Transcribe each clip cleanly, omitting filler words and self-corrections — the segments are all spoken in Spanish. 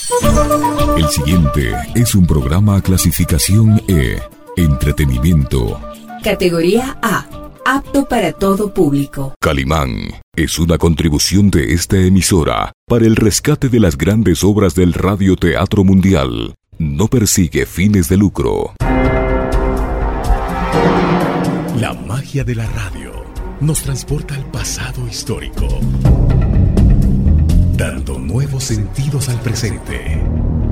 El siguiente es un programa clasificación E, entretenimiento. Categoría A, apto para todo público. Calimán es una contribución de esta emisora para el rescate de las grandes obras del radioteatro mundial. No persigue fines de lucro. La magia de la radio nos transporta al pasado histórico, dando nuevos sentidos al presente.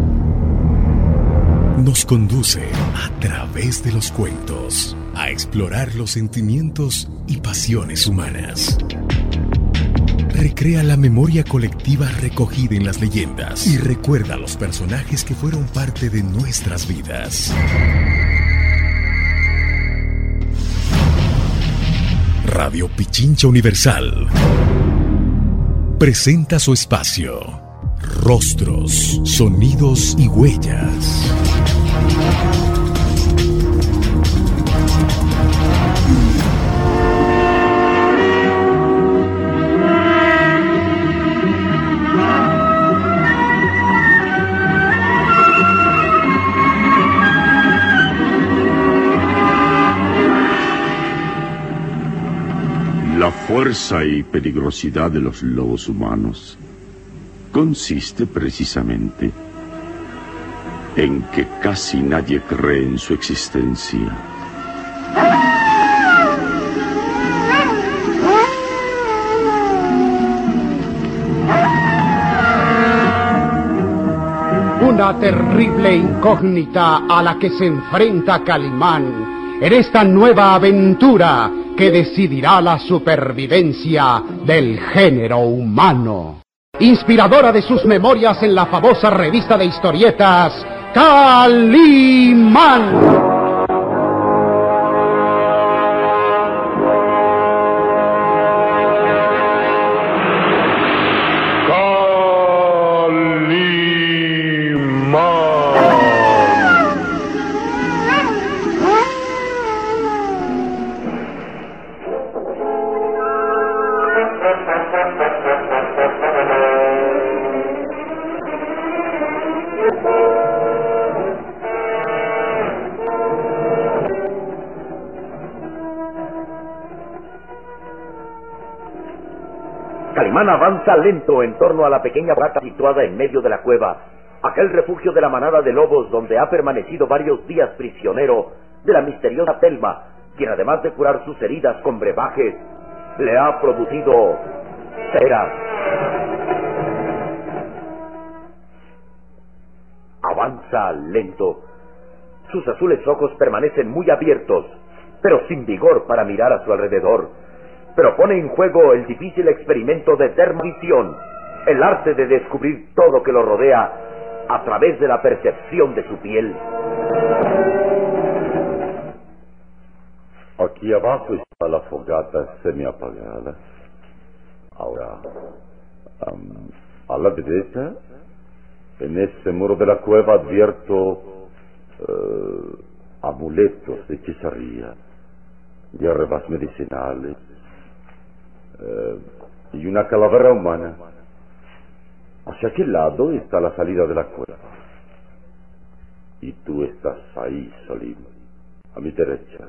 Nos conduce a través de los cuentos a explorar los sentimientos y pasiones humanas. Recrea la memoria colectiva recogida en las leyendas y recuerda a los personajes que fueron parte de nuestras vidas. Radio Pichincha Universal presenta su espacio Rostros, Sonidos y Huellas. La fuerza y peligrosidad de los lobos humanos consiste precisamente en que casi nadie cree en su existencia. Una terrible incógnita a la que se enfrenta Calimán en esta nueva aventura que decidirá la supervivencia del género humano. Inspiradora de sus memorias en la famosa revista de historietas Calimán. Calimán avanza lento en torno a la pequeña barraca situada en medio de la cueva, aquel refugio de la manada de lobos donde ha permanecido varios días prisionero de la misteriosa Telma, quien además de curar sus heridas con brebajes, le ha producido ceras. Avanza lento. Sus azules ojos permanecen muy abiertos, pero sin vigor para mirar a su alrededor. Pero pone en juego el difícil experimento de dermovisión, el arte de descubrir todo lo que lo rodea a través de la percepción de su piel. Aquí abajo está la fogata semiapagada. Ahora, a la derecha, en ese muro de la cueva advierto amuletos de hechicería, hierbas medicinales, y una calavera humana. Hacia aquel lado está la salida de la cueva. Y tú estás ahí, Salim, a mi derecha.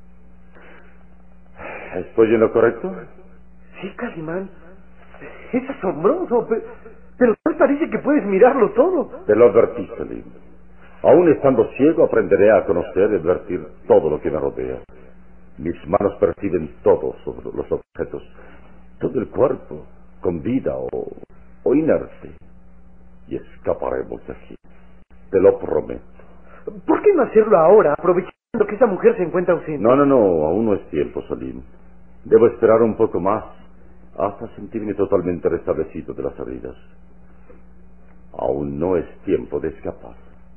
¿Estoy en lo correcto? Sí, Calimán. Es asombroso, pero tal parece que puedes mirarlo todo. Te lo advertí, Salim. Aún estando ciego, aprenderé a conocer y advertir todo lo que me rodea. Mis manos perciben todo sobre los objetos, todo el cuerpo, con vida o inerte. Y escaparemos de aquí. Te lo prometo. ¿Por qué no hacerlo ahora, aprovechando que esa mujer se encuentra ausente? No, aún no es tiempo, Salim. Debo esperar un poco más hasta sentirme totalmente restablecido de las heridas. Aún no es tiempo de escapar.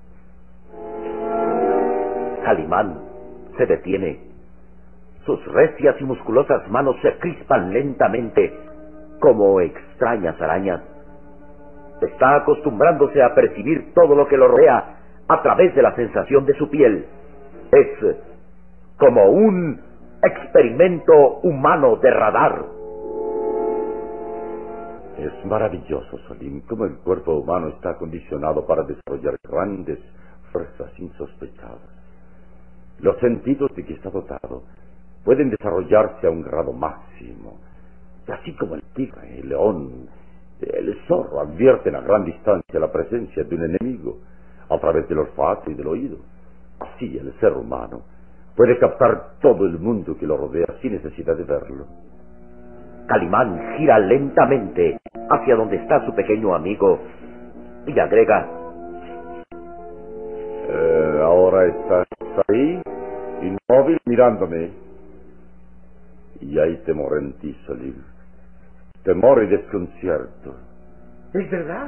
Calimán se detiene. Sus recias y musculosas manos se crispan lentamente, como extrañas arañas. Está acostumbrándose a percibir todo lo que lo rodea a través de la sensación de su piel. Es como un experimento humano de radar. Es maravilloso, Salim, cómo el cuerpo humano está acondicionado para desarrollar grandes fuerzas insospechadas. Los sentidos de que está dotado pueden desarrollarse a un grado máximo. Y así como el tigre, el león, el zorro advierten a gran distancia la presencia de un enemigo a través del olfato y del oído, así el ser humano puede captar todo el mundo que lo rodea sin necesidad de verlo. Calimán gira lentamente hacia donde está su pequeño amigo y agrega: ahora estás ahí, inmóvil, mirándome. Y hay temor en ti, Salim. Temor y desconcierto. ¿Es verdad?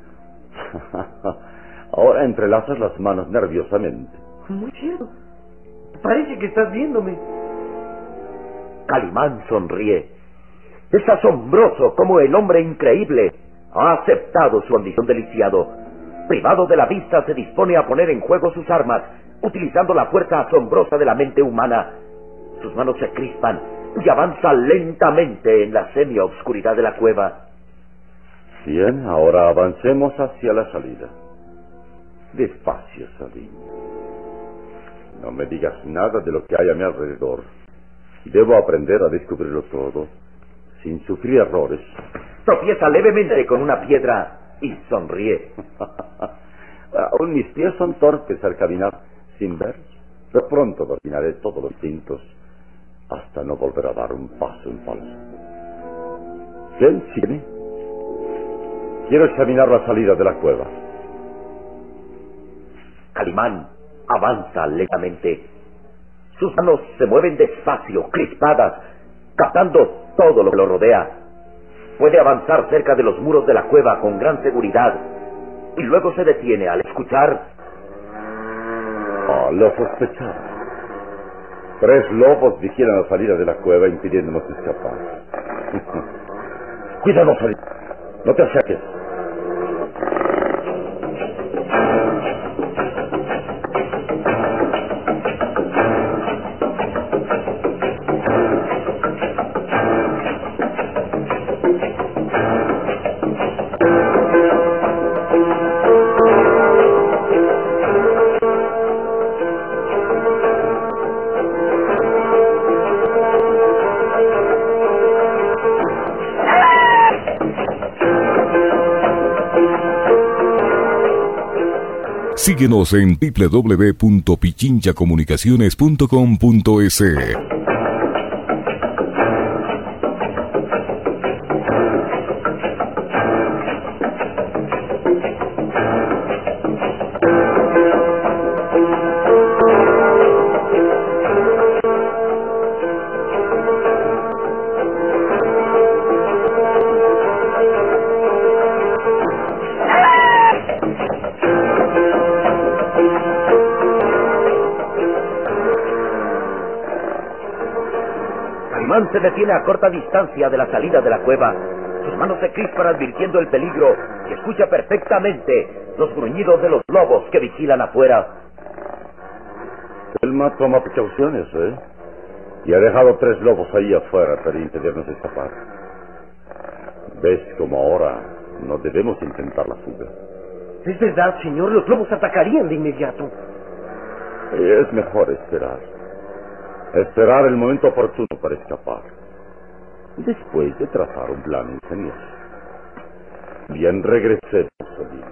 Ahora entrelazas las manos nerviosamente. Muy cierto. Parece que estás viéndome. Calimán sonríe. Es asombroso cómo el hombre increíble ha aceptado su ambición de lisiado. Privado de la vista, se dispone a poner en juego sus armas, utilizando la fuerza asombrosa de la mente humana. Sus manos se crispan y avanza lentamente en la semioscuridad de la cueva. Bien, ahora avancemos hacia la salida. Despacio, Salim. No me digas nada de lo que hay a mi alrededor. Debo aprender a descubrirlo todo, sin sufrir errores. Tropieza levemente con una piedra y sonríe. Aún mis pies son torpes al caminar sin ver, pero pronto dominaré todos los instintos hasta no volver a dar un paso en falso. Bien, sígueme. Quiero examinar la salida de la cueva. Calimán avanza lentamente. Sus manos se mueven despacio, crispadas, captando todo lo que lo rodea. Puede avanzar cerca de los muros de la cueva con gran seguridad y luego se detiene al escuchar... Lo sospechaba. 3 lobos vigilan la salida de la cueva impidiéndonos escapar. Cuidado, Salim. No te acerques. Síguenos en www.pichinchacomunicaciones.com.es. Se detiene a corta distancia de la salida de la cueva. Sus manos se crispan advirtiendo el peligro y escucha perfectamente los gruñidos de los lobos que vigilan afuera. Selma toma precauciones, y ha dejado 3 lobos ahí afuera para impedirnos escapar. ¿Ves cómo ahora no debemos intentar la fuga? Es verdad, señor, los lobos atacarían de inmediato. Es mejor esperar. Esperar el momento oportuno para escapar, después de trazar un plan ingenioso. Bien, regresemos, Salim.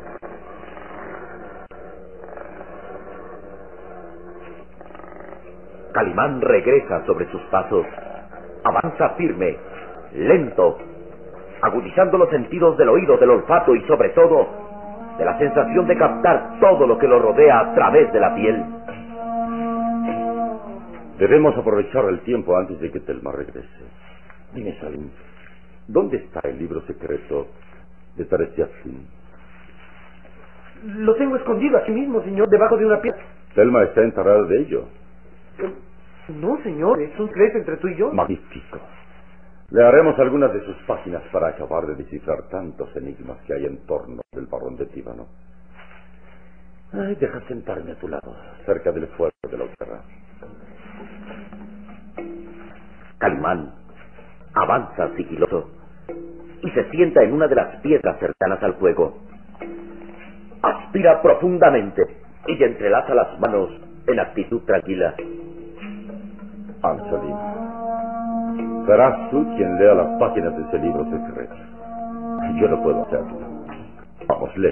Calimán regresa sobre sus pasos. Avanza firme, lento, agudizando los sentidos del oído, del olfato y sobre todo de la sensación de captar todo lo que lo rodea a través de la piel. Debemos aprovechar el tiempo antes de que Telma regrese. Dime, Salim, ¿dónde está el libro secreto de Teresia Flynn? Lo tengo escondido aquí mismo, señor, debajo de una piedra. Telma está enterada de ello. No, señor, es un secreto entre tú y yo. Magnífico. Le haremos algunas de sus páginas para acabar de descifrar tantos enigmas que hay en torno del barón de Tíbano. Ay, deja sentarme a tu lado, cerca del fuego de la hoguera. Calimán avanza sigiloso. y se sienta en una de las piedras cercanas al fuego. Aspira profundamente y entrelaza las manos en actitud tranquila. Salim, serás tú quien lea las páginas de ese libro secreto. Yo no puedo hacerlo. Vamos, lee.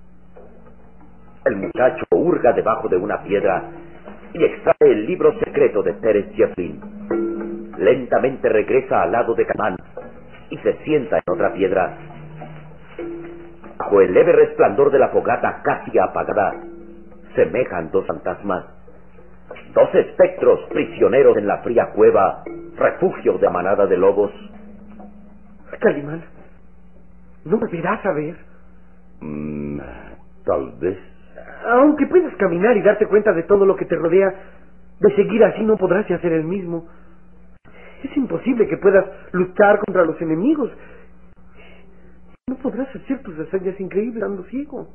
El muchacho hurga debajo de una piedra y extrae el libro secreto de Teres Jefflin. Lentamente regresa al lado de Calimán y se sienta en otra piedra. Bajo el leve resplandor de la fogata casi apagada, semejan dos fantasmas, dos espectros prisioneros en la fría cueva, refugio de la manada de lobos. Calimán, ¿no me verás a ver? Tal vez. Aunque puedas caminar y darte cuenta de todo lo que te rodea, de seguir así no podrás hacer el mismo. Es imposible que puedas luchar contra los enemigos. No podrás hacer tus hazañas increíbles estando ciego.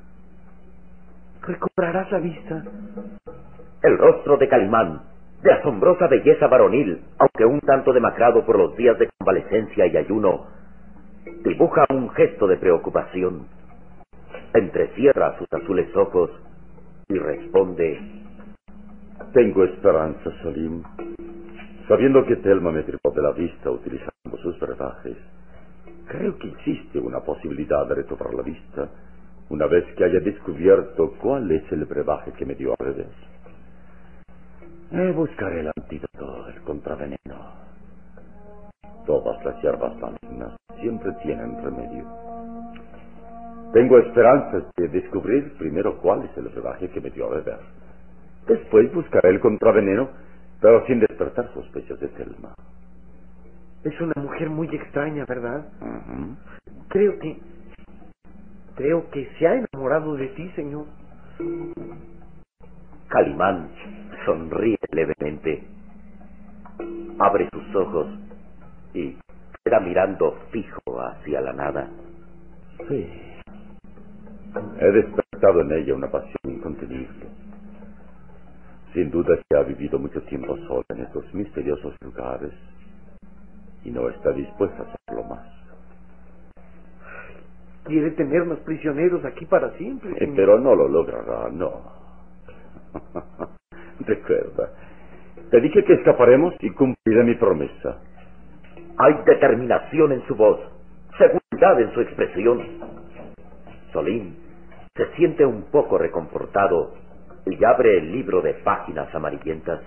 Recobrarás la vista. El rostro de Calimán, de asombrosa belleza varonil, aunque un tanto demacrado por los días de convalecencia y ayuno, dibuja un gesto de preocupación. Entrecierra sus azules ojos y responde: Tengo esperanza, Salim. Sabiendo que Thelma me privó de la vista utilizando sus brebajes, creo que existe una posibilidad de retomar la vista una vez que haya descubierto cuál es el brebaje que me dio al revés. Buscaré el antídoto, el contraveneno. Todas las hierbas malignas siempre tienen remedio. Tengo esperanzas de descubrir primero cuál es el brebaje que me dio a beber. Después buscaré el contraveneno, pero sin despertar sospechas de Thelma. Es una mujer muy extraña, ¿verdad? Uh-huh. Creo que se ha enamorado de ti, señor. Calimán sonríe levemente, abre sus ojos y queda mirando fijo hacia la nada. Sí. He despertado en ella una pasión incontenible. Sin duda que ha vivido mucho tiempo sola en estos misteriosos lugares y no está dispuesta a hacerlo más. Quiere tenernos prisioneros aquí para siempre, señor. Pero no lo logrará, no. Recuerda, te dije que escaparemos y cumpliré mi promesa. Hay determinación en su voz, seguridad en su expresión. Solín se siente un poco reconfortado y abre el libro de páginas amarillentas.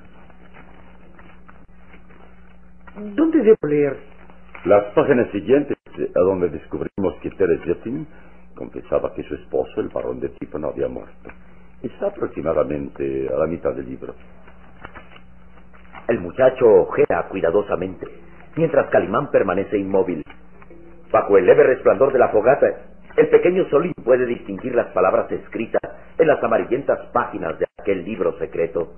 ¿Dónde debo leer? Las páginas siguientes, a donde descubrimos que Teres Jefflin confesaba que su esposo, el barón de Tipo, no había muerto. Está aproximadamente a la mitad del libro. El muchacho ojea cuidadosamente, mientras Calimán permanece inmóvil. Bajo el leve resplandor de la fogata, el pequeño Solín puede distinguir las palabras escritas en las amarillentas páginas de aquel libro secreto.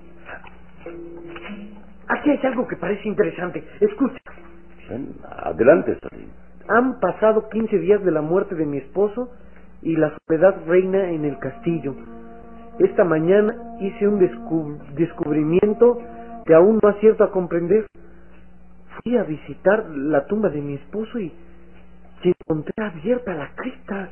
Aquí hay algo que parece interesante. Escucha. Bien, adelante, Solín. Han pasado 15 días de la muerte de mi esposo y la soledad reina en el castillo. Esta mañana hice un descubrimiento que aún no acierto a comprender. Fui a visitar la tumba de mi esposo y encontré abierta la cripta.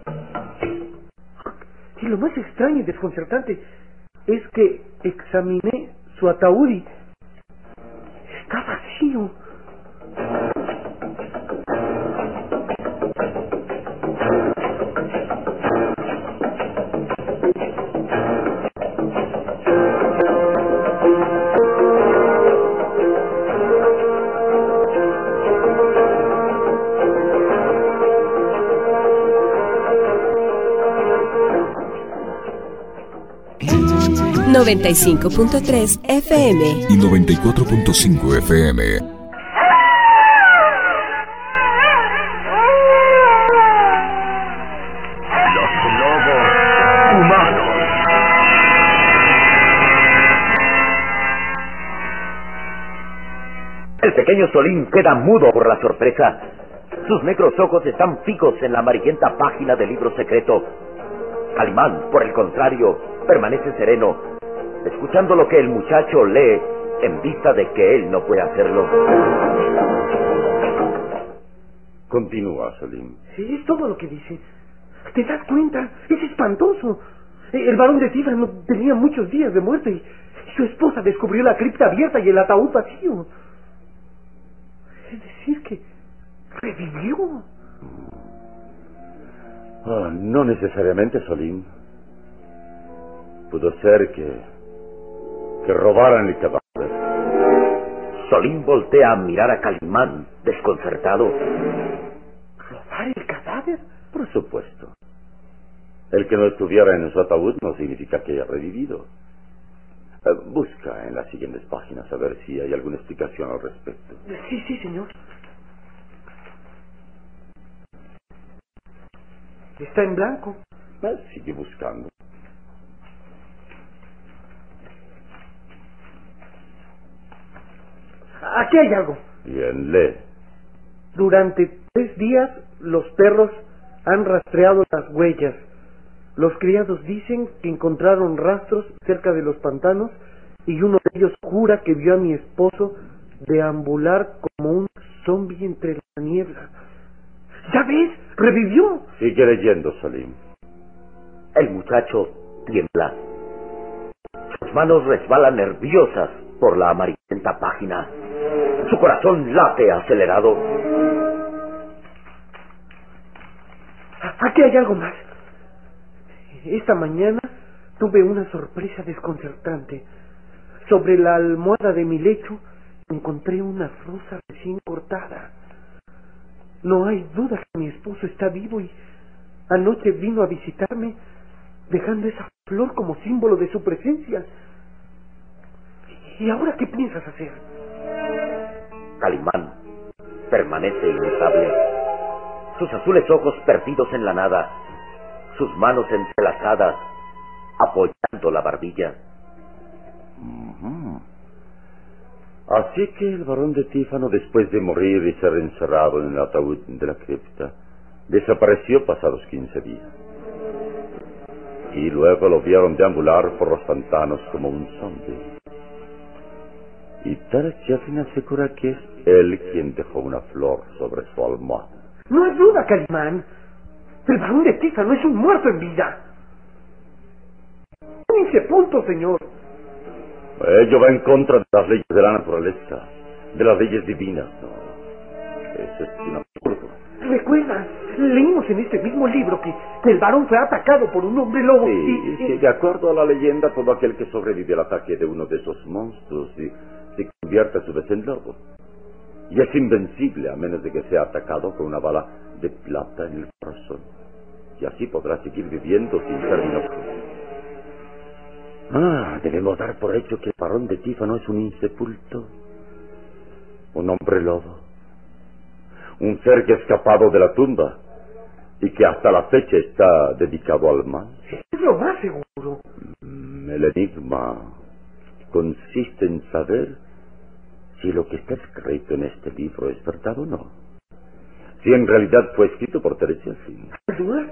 Y lo más extraño y desconcertante es que examiné su ataúd y está vacío. ...95.3 FM... y 94.5 FM. Los lobos humanos. El pequeño Solín queda mudo por la sorpresa. Sus negros ojos están fijos en la amarillenta página del libro secreto. Calimán, por el contrario, permanece sereno, escuchando lo que el muchacho lee, en vista de que él no puede hacerlo. Continúa, Salim. Sí, es todo lo que dice. ¿Te das cuenta? Es espantoso. El barón de Tífano tenía muchos días de muerte y su esposa descubrió la cripta abierta y el ataúd vacío. Es decir, que revivió. No necesariamente, Salim. Pudo ser que robaran el cadáver. Salim voltea a mirar a Calimán, desconcertado. ¿Robar el cadáver? Por supuesto. El que no estuviera en su ataúd no significa que haya revivido. Busca en las siguientes páginas a ver si hay alguna explicación al respecto. Sí, señor. Está en blanco. Sigue buscando. Aquí hay algo. Bien, lee. Durante 3 días los perros han rastreado las huellas. Los criados dicen que encontraron rastros cerca de los pantanos y uno de ellos jura que vio a mi esposo deambular como un zombi entre la niebla. ¿Ya ves? ¡Revivió! Sigue leyendo, Salim. El muchacho tiembla. Sus manos resbalan nerviosas por la amarillenta página. Su corazón late acelerado. Aquí hay algo más. Esta mañana tuve una sorpresa desconcertante. Sobre la almohada de mi lecho encontré una rosa recién cortada. No hay duda que mi esposo está vivo y anoche vino a visitarme dejando esa flor como símbolo de su presencia. ¿Y ahora qué piensas hacer? Calimán permanece inmutable. Sus azules ojos perdidos en la nada, sus manos entrelazadas, apoyando la barbilla. Así que el barón de Tífano, después de morir y ser encerrado en el ataúd de la cripta, desapareció pasados 15 días. Y luego lo vieron deambular por los pantanos como un zombie. Y Tarchafin asegura que es él quien dejó una flor sobre su almohada. No hay duda, Calimán. El barón de Tífano es un muerto en vida. Un insepulto, señor. Ello va en contra de las leyes de la naturaleza, de las leyes divinas, ¿no? Eso es un absurdo. Recuerda, leímos en este mismo libro que el varón fue atacado por un hombre lobo. Sí, de acuerdo a la leyenda, todo aquel que sobrevive al ataque de uno de esos monstruos se convierte a su vez en lobo. Y es invencible a menos de que sea atacado con una bala de plata en el corazón. Y así podrá seguir viviendo sin término. Debemos dar por hecho que el barón de Tífano es un insepulto, un hombre lobo, un ser que ha escapado de la tumba y que hasta la fecha está dedicado al mal. Es lo más seguro. El enigma consiste en saber si lo que está escrito en este libro es verdad o no. Si en realidad fue escrito por Tarchafin. ¿Dudas?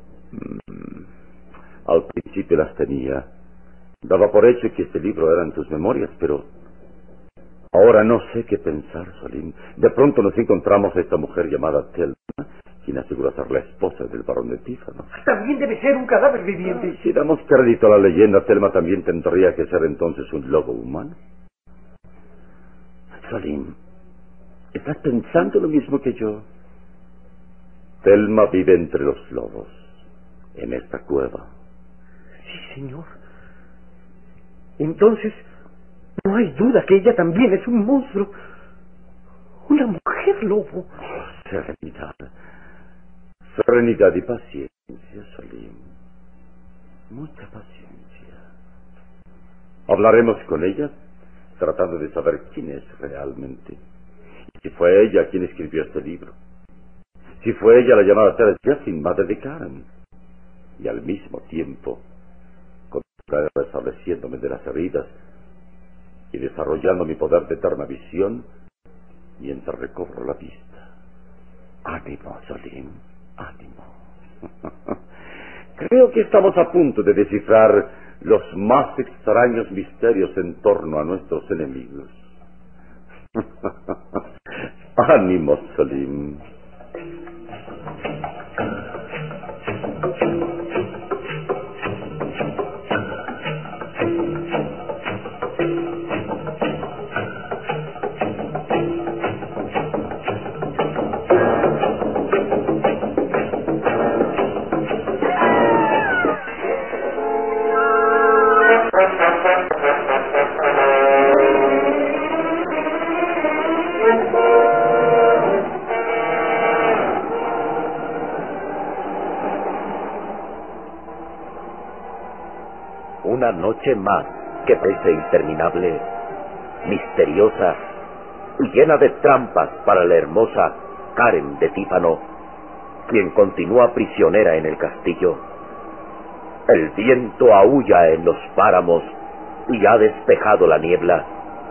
Al principio las tenía. Daba por hecho que este libro eran tus memorias, pero ahora no sé qué pensar, Salim. De pronto nos encontramos a esta mujer llamada Thelma, quien asegura ser la esposa del barón de Tífano. También debe ser un cadáver viviente. Si damos crédito a la leyenda, Thelma también tendría que ser entonces un lobo humano. Salim, ¿estás pensando lo mismo que yo? Thelma vive entre los lobos, en esta cueva. Sí, señor. Entonces, no hay duda que ella también es un monstruo. Una mujer lobo. Serenidad. Serenidad y paciencia, Salim. Mucha paciencia. Hablaremos con ella, tratando de saber quién es realmente. Y si fue ella quien escribió este libro. Si fue ella la llamada Tarchafin, madre de Karen. Y al mismo tiempo restableciéndome de las heridas y desarrollando mi poder de eterna visión mientras recobro la vista. Ánimo, Salim, ánimo. Creo que estamos a punto de descifrar los más extraños misterios en torno a nuestros enemigos. Ánimo, Salim. Una noche más que parece interminable, misteriosa y llena de trampas para la hermosa Karen de Tífano, quien continúa prisionera en el castillo. El viento aúlla en los páramos y ha despejado la niebla.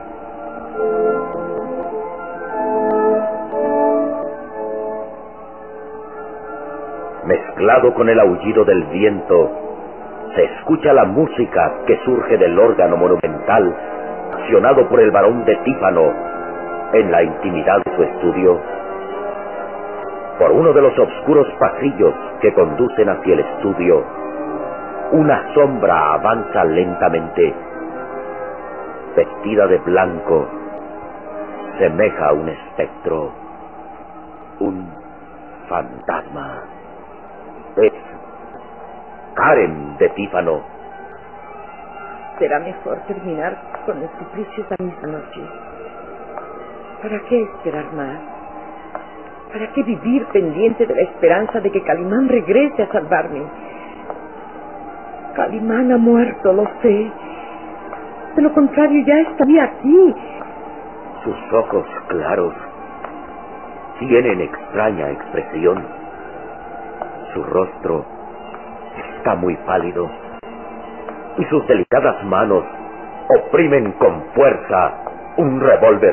Mezclado con el aullido del viento, se escucha la música que surge del órgano monumental accionado por el barón de Tífano en la intimidad de su estudio. Por uno de los oscuros pasillos que conducen hacia el estudio, una sombra avanza lentamente. Vestida de blanco, semeja a un espectro, un fantasma. Es Karen de Tífano. Será mejor terminar con el suplicio esta misma noche. ¿Para qué esperar más? ¿Para qué vivir pendiente de la esperanza de que Calimán regrese a salvarme? Calimán ha muerto, lo sé. De lo contrario, ya estaría aquí. Sus ojos claros tienen extraña expresión. Su rostro está muy pálido y sus delicadas manos oprimen con fuerza un revólver.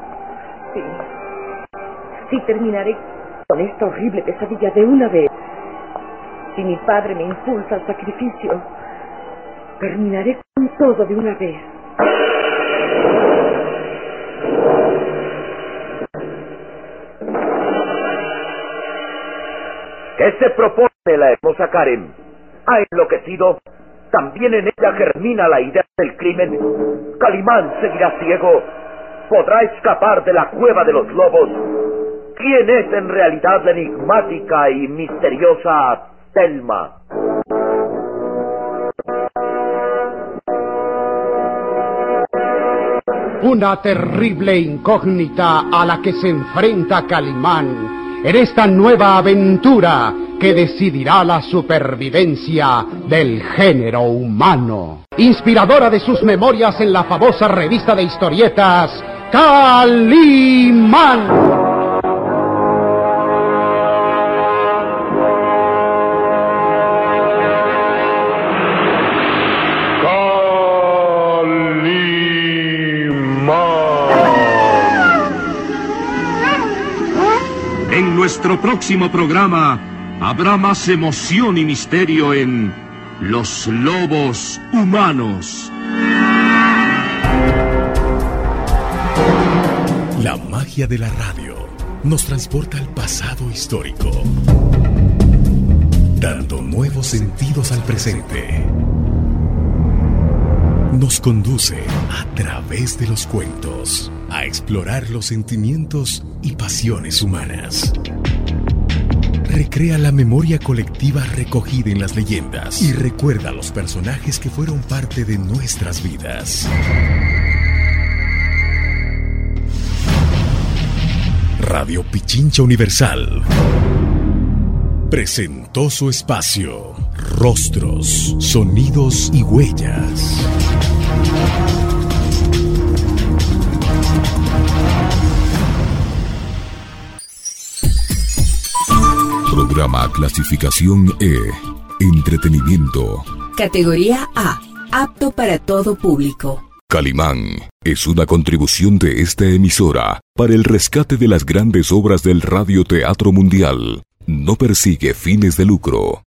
Sí, terminaré con esta horrible pesadilla de una vez. Si mi padre me impulsa al sacrificio, terminaré con todo de una vez. ¿Qué se propone la hermosa Karen? ¿Ha enloquecido? También en ella germina la idea del crimen. Calimán seguirá ciego. ¿Podrá escapar de la cueva de los lobos? ¿Quién es en realidad la enigmática y misteriosa Thelma? Una terrible incógnita a la que se enfrenta Calimán en esta nueva aventura que decidirá la supervivencia del género humano. Inspiradora de sus memorias en la famosa revista de historietas Calimán. En nuestro próximo programa habrá más emoción y misterio en Los Lobos Humanos. La magia de la radio nos transporta al pasado histórico, dando nuevos sentidos al presente. Nos conduce a través de los cuentos a explorar los sentimientos y pasiones humanas. Recrea la memoria colectiva recogida en las leyendas y recuerda a los personajes que fueron parte de nuestras vidas. Radio Pichincha Universal presentó su espacio Rostros, Sonidos y Huellas. Programa clasificación E. Entretenimiento. Categoría A. Apto para todo público. Calimán es una contribución de esta emisora para el rescate de las grandes obras del radioteatro mundial. No persigue fines de lucro.